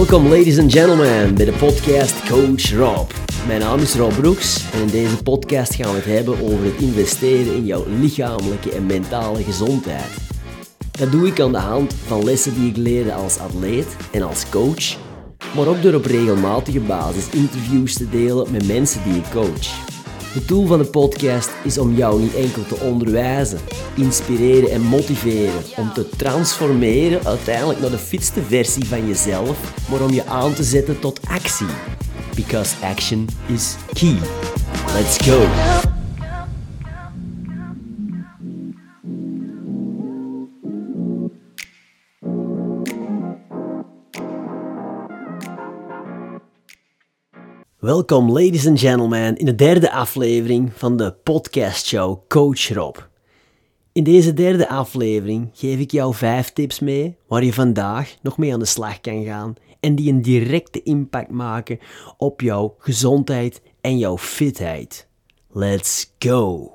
Welkom ladies and gentlemen bij de podcast Coach Rob. Mijn naam is Rob Broeks en in deze podcast gaan we het hebben over het investeren in jouw lichamelijke en mentale gezondheid. Dat doe ik aan de hand van lessen die ik leerde als atleet en als coach, maar ook door op regelmatige basis interviews te delen met mensen die ik coach. Het doel van de podcast is om jou niet enkel te onderwijzen, inspireren en motiveren, om te transformeren uiteindelijk naar de fitste versie van jezelf, maar om je aan te zetten tot actie. Because action is key. Let's go! Welkom ladies and gentlemen in de derde aflevering van de podcastshow Coach Rob. In deze derde aflevering geef ik jou 5 tips mee waar je vandaag nog mee aan de slag kan gaan en die een directe impact maken op jouw gezondheid en jouw fitheid. Let's go!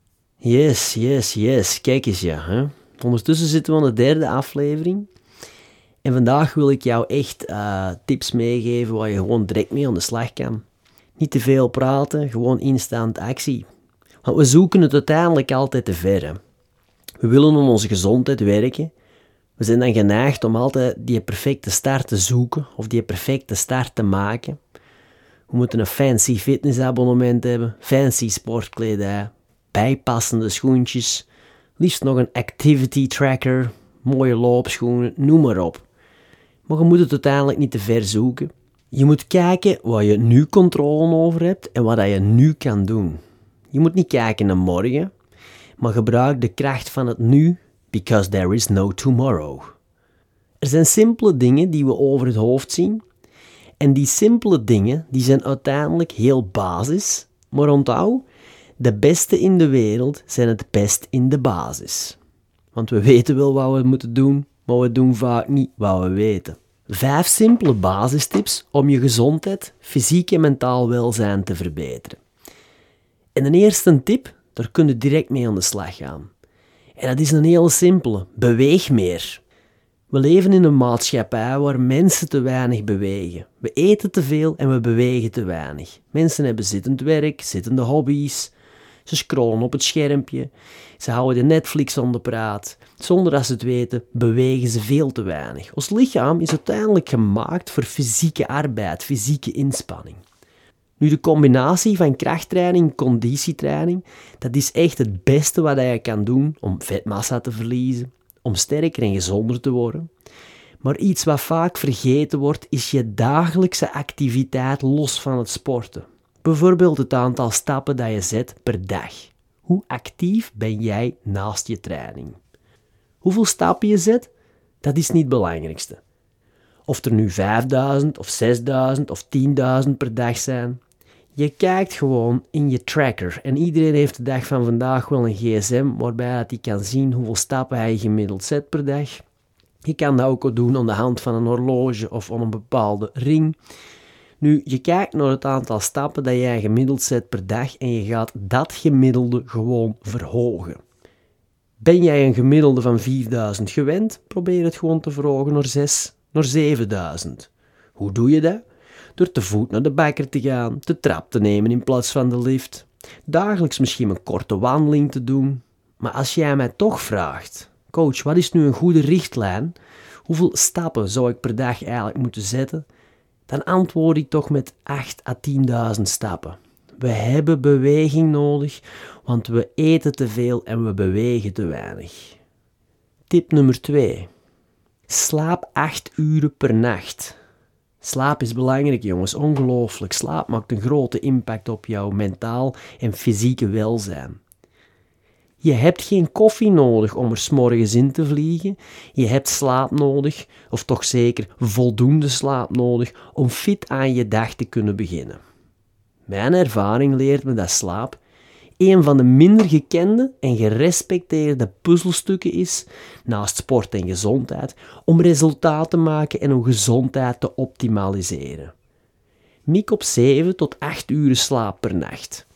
Yes. Kijk eens ja. Hè? Ondertussen zitten we aan de derde aflevering. En vandaag wil ik jou echt tips meegeven waar je gewoon direct mee aan de slag kan. Niet te veel praten, gewoon instant actie. Want we zoeken het uiteindelijk altijd te ver. Hè? We willen aan onze gezondheid werken. We zijn dan geneigd om altijd die perfecte start te zoeken of die perfecte start te maken. We moeten een fancy fitnessabonnement hebben, fancy sportkledij, bijpassende schoentjes, liefst nog een activity tracker, mooie loopschoenen, noem maar op. Maar je moet het uiteindelijk niet te ver zoeken. Je moet kijken waar je nu controle over hebt en wat je nu kan doen. Je moet niet kijken naar morgen, maar gebruik de kracht van het nu, because there is no tomorrow. Er zijn simpele dingen die we over het hoofd zien. En die simpele dingen die zijn uiteindelijk heel basis. Maar onthoud, de beste in de wereld zijn het best in de basis. Want we weten wel wat we moeten doen, maar we doen vaak niet wat we weten. 5 simpele basistips om je gezondheid, fysiek en mentaal welzijn te verbeteren. En de eerste tip, daar kun je direct mee aan de slag gaan. En dat is een heel simpele, beweeg meer. We leven in een maatschappij waar mensen te weinig bewegen. We eten te veel en we bewegen te weinig. Mensen hebben zittend werk, zittende hobby's. Ze scrollen op het schermpje. Ze houden de Netflix aan de praat. Zonder dat ze het weten, bewegen ze veel te weinig. Ons lichaam is uiteindelijk gemaakt voor fysieke arbeid, fysieke inspanning. Nu, de combinatie van krachttraining en conditietraining, dat is echt het beste wat je kan doen om vetmassa te verliezen, om sterker en gezonder te worden. Maar iets wat vaak vergeten wordt, is je dagelijkse activiteit los van het sporten. Bijvoorbeeld het aantal stappen dat je zet per dag. Hoe actief ben jij naast je training? Hoeveel stappen je zet, dat is niet het belangrijkste. Of er nu 5000 of 6000 of 10.000 per dag zijn. Je kijkt gewoon in je tracker en iedereen heeft de dag van vandaag wel een gsm waarbij hij kan zien hoeveel stappen hij gemiddeld zet per dag. Je kan dat ook doen aan de hand van een horloge of aan een bepaalde ring. Nu, je kijkt naar het aantal stappen dat jij gemiddeld zet per dag en je gaat dat gemiddelde gewoon verhogen. Ben jij een gemiddelde van 4000 gewend, probeer het gewoon te verhogen naar 6, naar 7000. Hoe doe je dat? Door te voet naar de bakker te gaan, de trap te nemen in plaats van de lift, dagelijks misschien een korte wandeling te doen. Maar als jij mij toch vraagt, coach, wat is nu een goede richtlijn? Hoeveel stappen zou ik per dag eigenlijk moeten zetten? Dan antwoord ik toch met 8 à 10.000 stappen. We hebben beweging nodig, want we eten te veel en we bewegen te weinig. Tip nummer 2. Slaap 8 uren per nacht. Slaap is belangrijk, jongens, ongelooflijk. Slaap maakt een grote impact op jouw mentaal en fysieke welzijn. Je hebt geen koffie nodig om er 's morgens in te vliegen. Je hebt slaap nodig, of toch zeker voldoende slaap nodig, om fit aan je dag te kunnen beginnen. Mijn ervaring leert me dat slaap een van de minder gekende en gerespecteerde puzzelstukken is, naast sport en gezondheid, om resultaat te maken en om gezondheid te optimaliseren. Mik op 7 tot 8 uur slaap per nacht.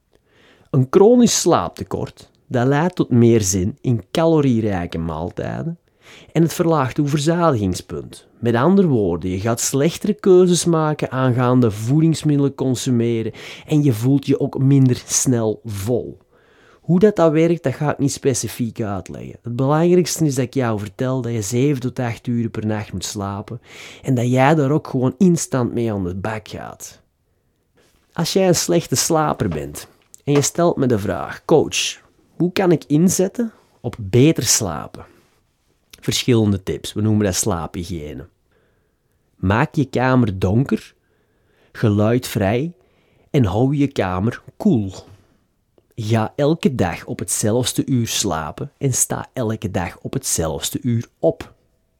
Een chronisch slaaptekort, dat leidt tot meer zin in calorierijke maaltijden En het verlaagt uw verzadigingspunt. Met andere woorden, je gaat slechtere keuzes maken aangaande voedingsmiddelen consumeren en je voelt je ook minder snel vol. Hoe dat werkt, dat ga ik niet specifiek uitleggen. Het belangrijkste is dat ik jou vertel dat je 7 tot 8 uur per nacht moet slapen en dat jij daar ook gewoon instant mee aan de bak gaat. Als jij een slechte slaper bent en je stelt me de vraag, coach, hoe kan ik inzetten op beter slapen? Verschillende tips, we noemen dat slaaphygiëne. Maak je kamer donker, geluidvrij en hou je kamer koel. Ga elke dag op hetzelfde uur slapen en sta elke dag op hetzelfde uur op.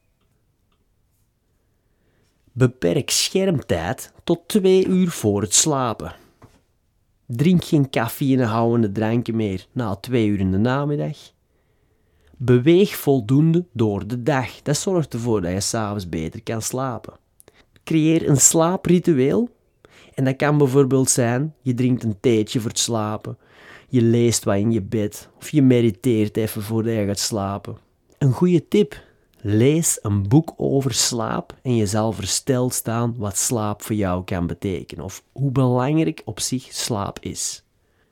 Beperk schermtijd tot 2 uur voor het slapen. Drink geen cafeïnehoudende dranken meer na 2 uur in de namiddag. Beweeg voldoende door de dag. Dat zorgt ervoor dat je 's avonds beter kan slapen. Creëer een slaapritueel. En dat kan bijvoorbeeld zijn, je drinkt een theetje voor het slapen. Je leest wat in je bed. Of je mediteert even voordat je gaat slapen. Een goede tip. Lees een boek over slaap en je zal versteld staan wat slaap voor jou kan betekenen. Of hoe belangrijk op zich slaap is.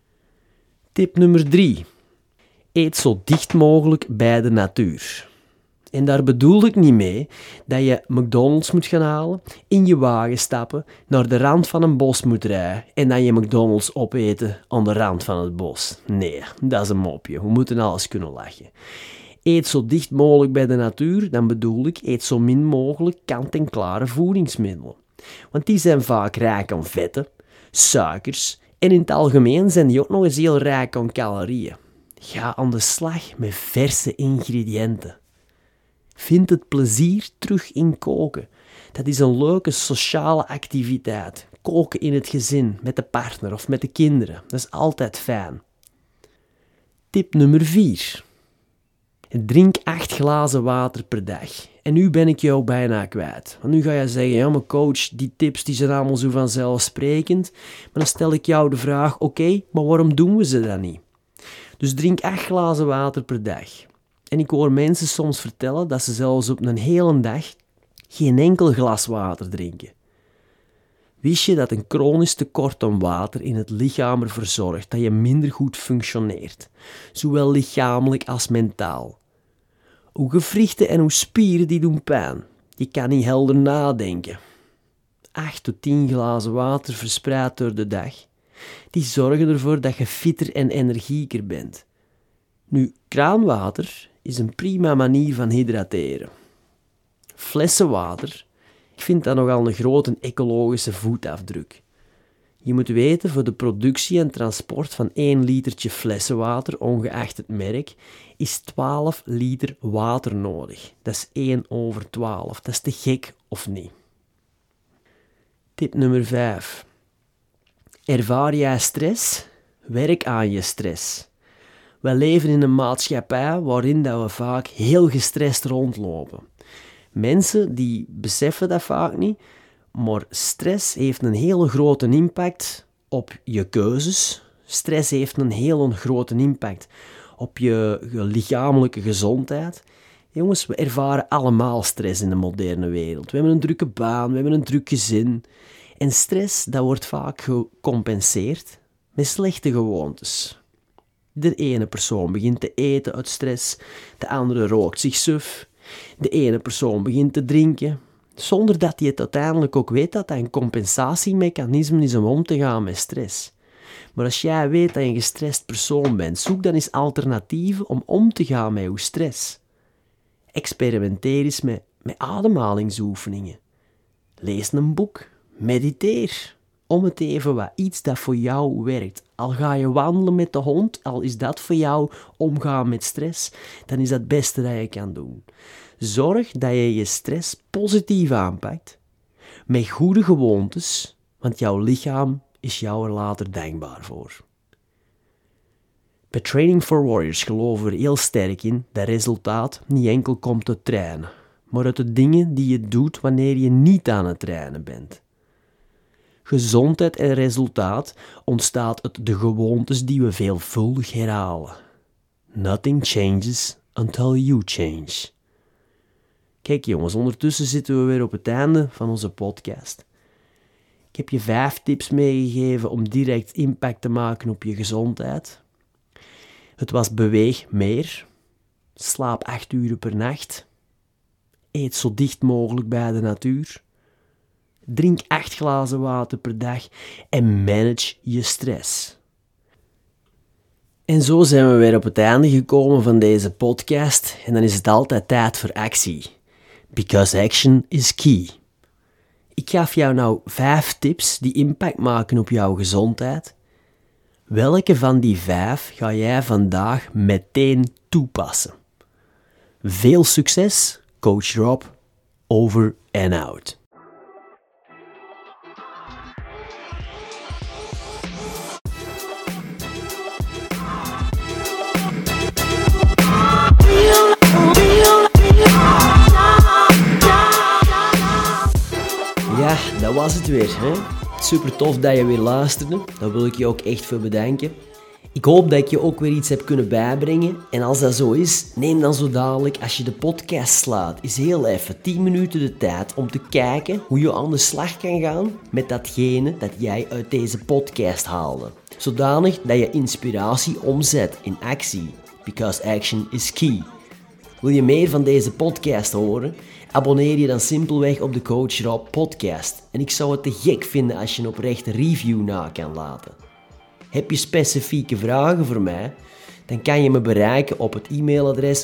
Tip nummer 3. Eet zo dicht mogelijk bij de natuur. En daar bedoel ik niet mee dat je McDonald's moet gaan halen, in je wagen stappen, naar de rand van een bos moet rijden en dan je McDonald's opeten aan de rand van het bos. Nee, dat is een mopje. We moeten alles kunnen lachen. Eet zo dicht mogelijk bij de natuur, dan bedoel ik, eet zo min mogelijk kant-en-klare voedingsmiddelen. Want die zijn vaak rijk aan vetten, suikers en in het algemeen zijn die ook nog eens heel rijk aan calorieën. Ga aan de slag met verse ingrediënten. Vind het plezier terug in koken. Dat is een leuke sociale activiteit. Koken in het gezin, met de partner of met de kinderen. Dat is altijd fijn. Tip nummer 4. Drink 8 glazen water per dag. En nu ben ik jou bijna kwijt. Want nu ga je zeggen, ja maar coach, die tips die zijn allemaal zo vanzelfsprekend. Maar dan stel ik jou de vraag, oké, maar waarom doen we ze dan niet? Dus drink 8 glazen water per dag. En ik hoor mensen soms vertellen dat ze zelfs op een hele dag geen enkel glas water drinken. Wist je dat een chronisch tekort aan water in het lichaam ervoor zorgt dat je minder goed functioneert, zowel lichamelijk als mentaal? Hoe gewrichten en hoe spieren die doen pijn. Je kan niet helder nadenken. 8 tot 10 glazen water verspreid door de dag. Die zorgen ervoor dat je fitter en energieker bent. Nu, kraanwater is een prima manier van hydrateren. Flessenwater, ik vind dat nogal een grote ecologische voetafdruk. Je moet weten, voor de productie en transport van 1 litertje flessenwater, ongeacht het merk, is 12 liter water nodig. Dat is 1/12. Dat is te gek, of niet? Tip nummer 5. Ervaar jij stress? Werk aan je stress. Wij leven in een maatschappij waarin dat we vaak heel gestrest rondlopen. Mensen die beseffen dat vaak niet, maar stress heeft een hele grote impact op je keuzes. Stress heeft een hele grote impact op je lichamelijke gezondheid. Jongens, we ervaren allemaal stress in de moderne wereld. We hebben een drukke baan, we hebben een druk gezin. En stress, dat wordt vaak gecompenseerd met slechte gewoontes. De ene persoon begint te eten uit stress, de andere rookt zich suf. De ene persoon begint te drinken, zonder dat hij het uiteindelijk ook weet dat dat een compensatiemechanisme is om te gaan met stress. Maar als jij weet dat je een gestrest persoon bent, zoek dan eens alternatieven om te gaan met je stress. Experimenteer eens met ademhalingsoefeningen. Lees een boek. Mediteer. Om het even wat, iets dat voor jou werkt. Al ga je wandelen met de hond, al is dat voor jou omgaan met stress, dan is dat het beste dat je kan doen. Zorg dat je je stress positief aanpakt, met goede gewoontes, want jouw lichaam is jou er later dankbaar voor. Bij Training for Warriors geloven we er heel sterk in dat resultaat niet enkel komt uit trainen, maar uit de dingen die je doet wanneer je niet aan het trainen bent. Gezondheid en resultaat ontstaat uit de gewoontes die we veelvuldig herhalen. Nothing changes until you change. Kijk jongens, ondertussen zitten we weer op het einde van onze podcast. Ik heb je 5 tips meegegeven om direct impact te maken op je gezondheid. Het was beweeg meer, slaap 8 uur per nacht, eet zo dicht mogelijk bij de natuur, drink 8 glazen water per dag en manage je stress. En zo zijn we weer op het einde gekomen van deze podcast en dan is het altijd tijd voor actie. Because action is key. Ik gaf jou nou 5 tips die impact maken op jouw gezondheid. Welke van die 5 ga jij vandaag meteen toepassen? Veel succes, Coach Rob, over en out. Ja, dat was het weer. Hè? Super tof dat je weer luisterde. Daar wil ik je ook echt voor bedanken. Ik hoop dat ik je ook weer iets heb kunnen bijbrengen. En als dat zo is, neem dan zo dadelijk, als je de podcast slaat, eens heel even 10 minuten de tijd om te kijken hoe je aan de slag kan gaan met datgene dat jij uit deze podcast haalde. Zodanig dat je inspiratie omzet in actie. Because action is key. Wil je meer van deze podcast horen? Abonneer je dan simpelweg op de Coach Rob podcast. En ik zou het te gek vinden als je een oprechte review na kan laten. Heb je specifieke vragen voor mij? Dan kan je me bereiken op het e-mailadres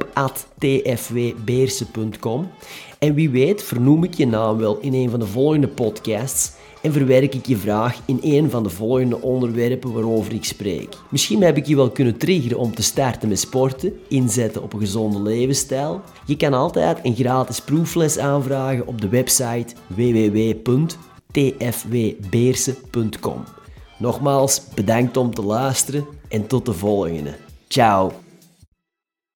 rob@tfwbeersen.com. En wie weet vernoem ik je naam wel in een van de volgende podcasts en verwerk ik je vraag in een van de volgende onderwerpen waarover ik spreek. Misschien heb ik je wel kunnen triggeren om te starten met sporten, inzetten op een gezonde levensstijl. Je kan altijd een gratis proefles aanvragen op de website www.tfwbeersen.com. Nogmaals, bedankt om te luisteren en tot de volgende. Ciao!